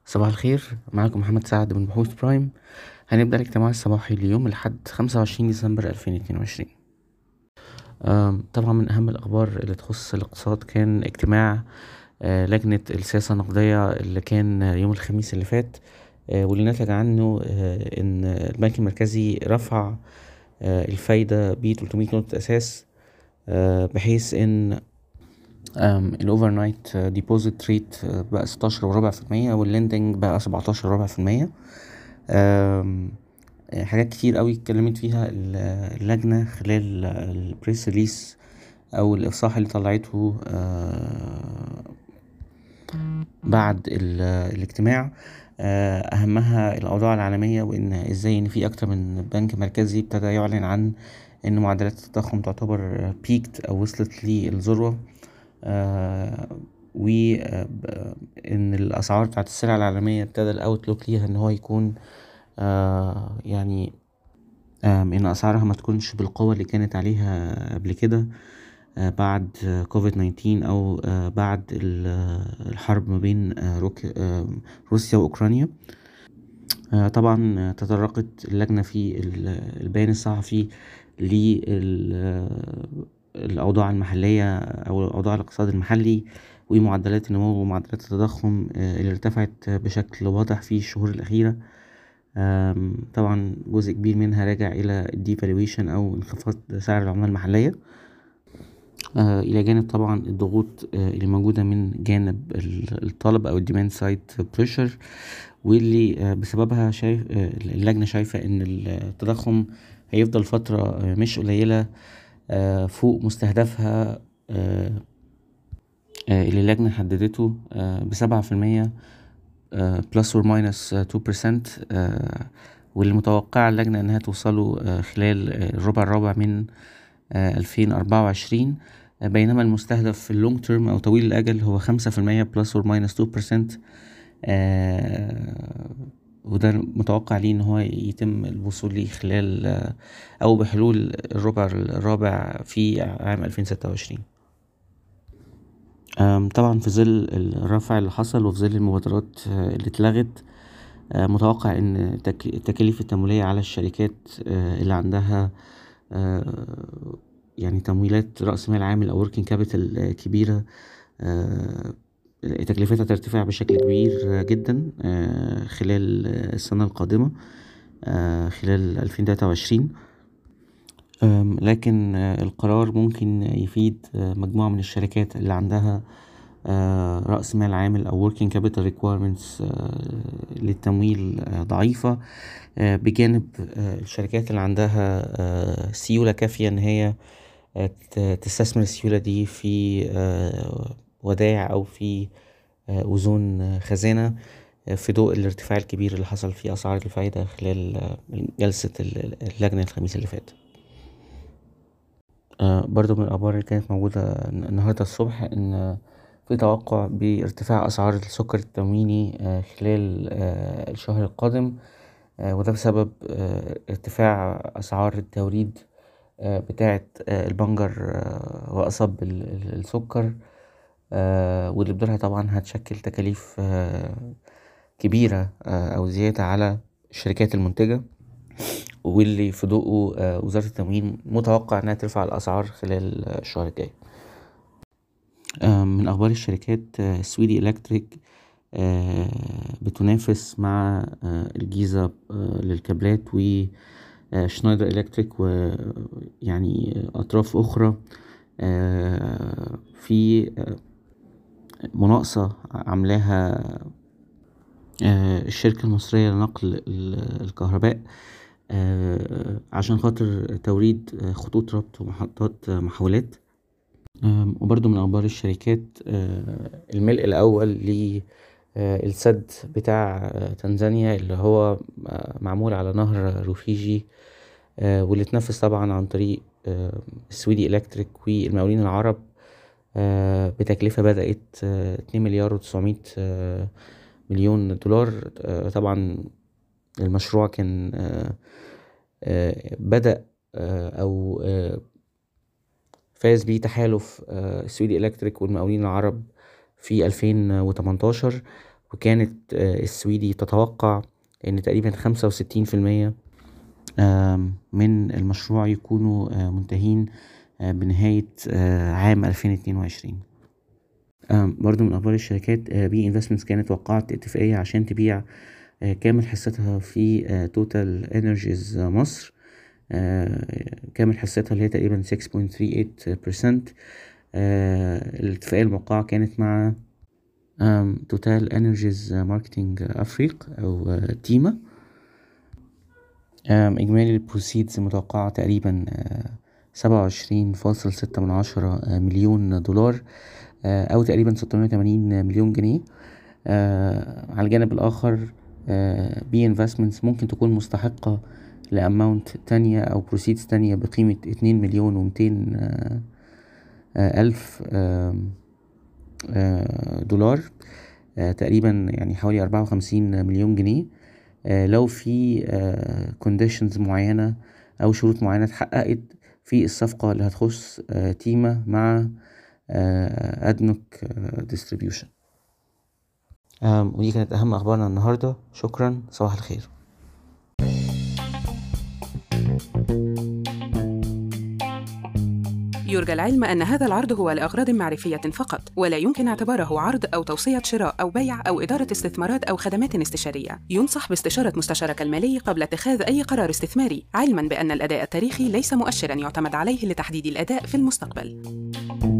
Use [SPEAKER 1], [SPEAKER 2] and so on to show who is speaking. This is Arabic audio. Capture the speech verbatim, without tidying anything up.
[SPEAKER 1] صباح الخير، معاكم محمد سعد من بحوث برايم. هنبدأ الاجتماع الصباحي اليوم لحد خمسة وعشرين ديسمبر ألفين اتنين وعشرين. آم، طبعا من أهم الأخبار اللي تخص الاقتصاد كان اجتماع آه، لجنة السياسة النقدية اللي كان يوم الخميس اللي فات، آه، واللي نتج عنه آه، إن البنك المركزي رفع آه، الفايدة ب تلتمية نقطة أساس، آه، بحيث إن الأوفر نايت ديبوزيت ريت بقى ستاشر وربع في المية، والليندنج بقى سبعتاشر وربع في المية. آم، آه، حاجات كتير قوي اتكلمت فيها ال- اللجنة خلال البريس ريليس او الافصاح اللي طلعته آه، بعد ال- الاجتماع. آه، اهمها الاوضاع العالمية، وان ازاي ان في اكتر من بنك مركزي ابتدى يعلن عن ان معدلات التضخم تعتبر بيكت او وصلت للذروة، آه، وان الاسعار بتاعت السلع العالمية ابتدى الاوتلوك ليها ان هو يكون آه يعني آم، إن أسعارها ما تكونش بالقوة اللي كانت عليها قبل كده، آه، بعد كوفيد تسعتاشر أو آه، بعد ال- آه، الحرب ما بين آه، روك آم، روسيا وأوكرانيا. آه، طبعا آه، تطرقت اللجنة في ال- البيان الصحفي للأوضاع المحلية أو أوضاع الاقتصاد المحلي ومعدلات النمو ومعدلات التضخم آه، اللي ارتفعت بشكل واضح في الشهور الأخيرة. آم، طبعا جزء كبير منها راجع إلى devaluation أو انخفاض سعر العملة المحلية، آه، إلى جانب طبعا الضغوط آه، اللي موجودة من جانب ال- الطلب أو الديماند سايد بريشر، واللي آه، بسببها شايف آه، اللجنة شايفة إن التضخم هيفضل فترة آه، مش قليلة آه، فوق مستهدفها، آه، آه، اللي اللجنة حددته بسبعة في المية بلس اور ماينس تو بيرسنت، واللي متوقعة اللجنة إنها توصله آه، خلال آه، الربع الرابع من ألفين أربعة وعشرين، آه، بينما المستهدف في اللونج تيرم أو طويل الأجل هو خمسة في المية بلس اور ماينس تو بيرسنت، وده متوقع ليه إن هو يتم الوصول ليه خلال آه، أو بحلول الربع الرابع في عام ألفين ستة وعشرين. آم، طبعا في ظل الرفع اللي حصل وفي ظل المبادرات آه، اللي اتلغت، آه، متوقع ان تك- التكاليف التمويلية على الشركات آه، اللي عندها آه، يعني تمويلات رأس مال عامل او working capital آه، كبيرة، آه، تكلفتها ترتفع بشكل كبير جدا آه، خلال السنة القادمة، آه، خلال ألفين وتلاتة وعشرين. أم، لكن آه، القرار ممكن يفيد آه، مجموعة من الشركات اللي عندها آه، رأس مال عامل أو working capital requirements آه، للتمويل آه، ضعيفة، آه، بجانب آه، الشركات اللي عندها آه، سيولة كافية إن هي آه، ت- تستثمر السيولة دي في آه، ودائع أو في آه، أذون آه، خزانة، آه، في ضوء الارتفاع الكبير اللي حصل في أسعار الفايدة خلال آه، جلسة ال- اللجنة الخميس اللي فات. آه، برضو من الأخبار اللي كانت موجودة النهاردة الصبح إن في توقع بارتفاع أسعار السكر التمويني آه، خلال آه، الشهر القادم، آه، وده بسبب آه، ارتفاع أسعار التوريد آه، بتاعة آه، البنجر آه، وقصب ال- ال- السكر، آه، واللي بدورها طبعا هتشكل تكاليف آه، كبيرة آه، أو زيادة على الشركات المنتجة، واللي في ضوءه آه، وزارة التموين متوقع إنها ترفع الأسعار خلال آه، الشهر الجاي. آه، من أخبار الشركات، آه، سويدي إلكتريك آه، بتنافس مع آه، الجيزة آه، للكابلات، وشنايدر إلكتريك ويعني أطراف أخرى آه، في آه، مناقصة عاملاها آه، الشركة المصرية لنقل ال- الكهرباء آه، عشان خاطر توريد آه، خطوط ربط ومحطات آه، محولات. آم، وبرضو من أخبار الشركات آه، الملء الأول للسد بتاع آه، تنزانيا اللي هو آه، معمول على نهر روفيجي، آه، واللي اتنفذ طبعا عن طريق آه، السويدي إلكتريك والمقاولين العرب، آه، بتكلفة بدأت آه، اتنين مليار وتسعمية مليون دولار. آه، طبعا المشروع كان آه، آه، بدأ آه، أو آه، فاز بيه تحالف آه، السويدي إلكتريك والمقاولين العرب في ألفين وتمنتاشر، وكانت السويدي تتوقع إن تقريبا خمسة وستين في المية من المشروع يكونوا منتهين بنهاية عام ألفين واتنين وعشرين. برضو من أخبار الشركات، بي انفستمنتس كانت وقعت اتفاقية عشان تبيع كامل حصتها في توتال انرجيز مصر. كامل حصتها اللي هي تقريبا ستة فاصلة تلاتة وتلاتين بالمية. الاتفاقية الموقعة كانت مع توتال انرجيز ماركتينج افريق او تيما. اجمالي البروسيدز المتوقعة تقريبا سبعة وعشرين فاصلة ستة من عشرة مليون دولار، او تقريبا ستمية وتمانين مليون جنيه. على الجانب الاخر بي انفستمنتس ممكن تكون مستحقة لأماونت تانية او بروسيدز تانية بقيمة اتنين مليون ومتين الف دولار، تقريبا يعني حوالي أربعة وخمسين مليون جنيه. لو في كونديشنز معينة او شروط معينة اتحققت في الصفقة اللي هتخص تيما مع ادنوك ديستريبيوشن. ودي كانت اهم اخبارنا النهاردة. شكرا، صباح الخير.
[SPEAKER 2] يرجى العلم أن هذا العرض هو لأغراض معرفية فقط، ولا يمكن اعتباره عرض أو توصية شراء أو بيع أو إدارة استثمارات أو خدمات استشارية. ينصح باستشارة مستشارك المالي قبل اتخاذ أي قرار استثماري، علماً بأن الأداء التاريخي ليس مؤشراً يعتمد عليه لتحديد الأداء في المستقبل.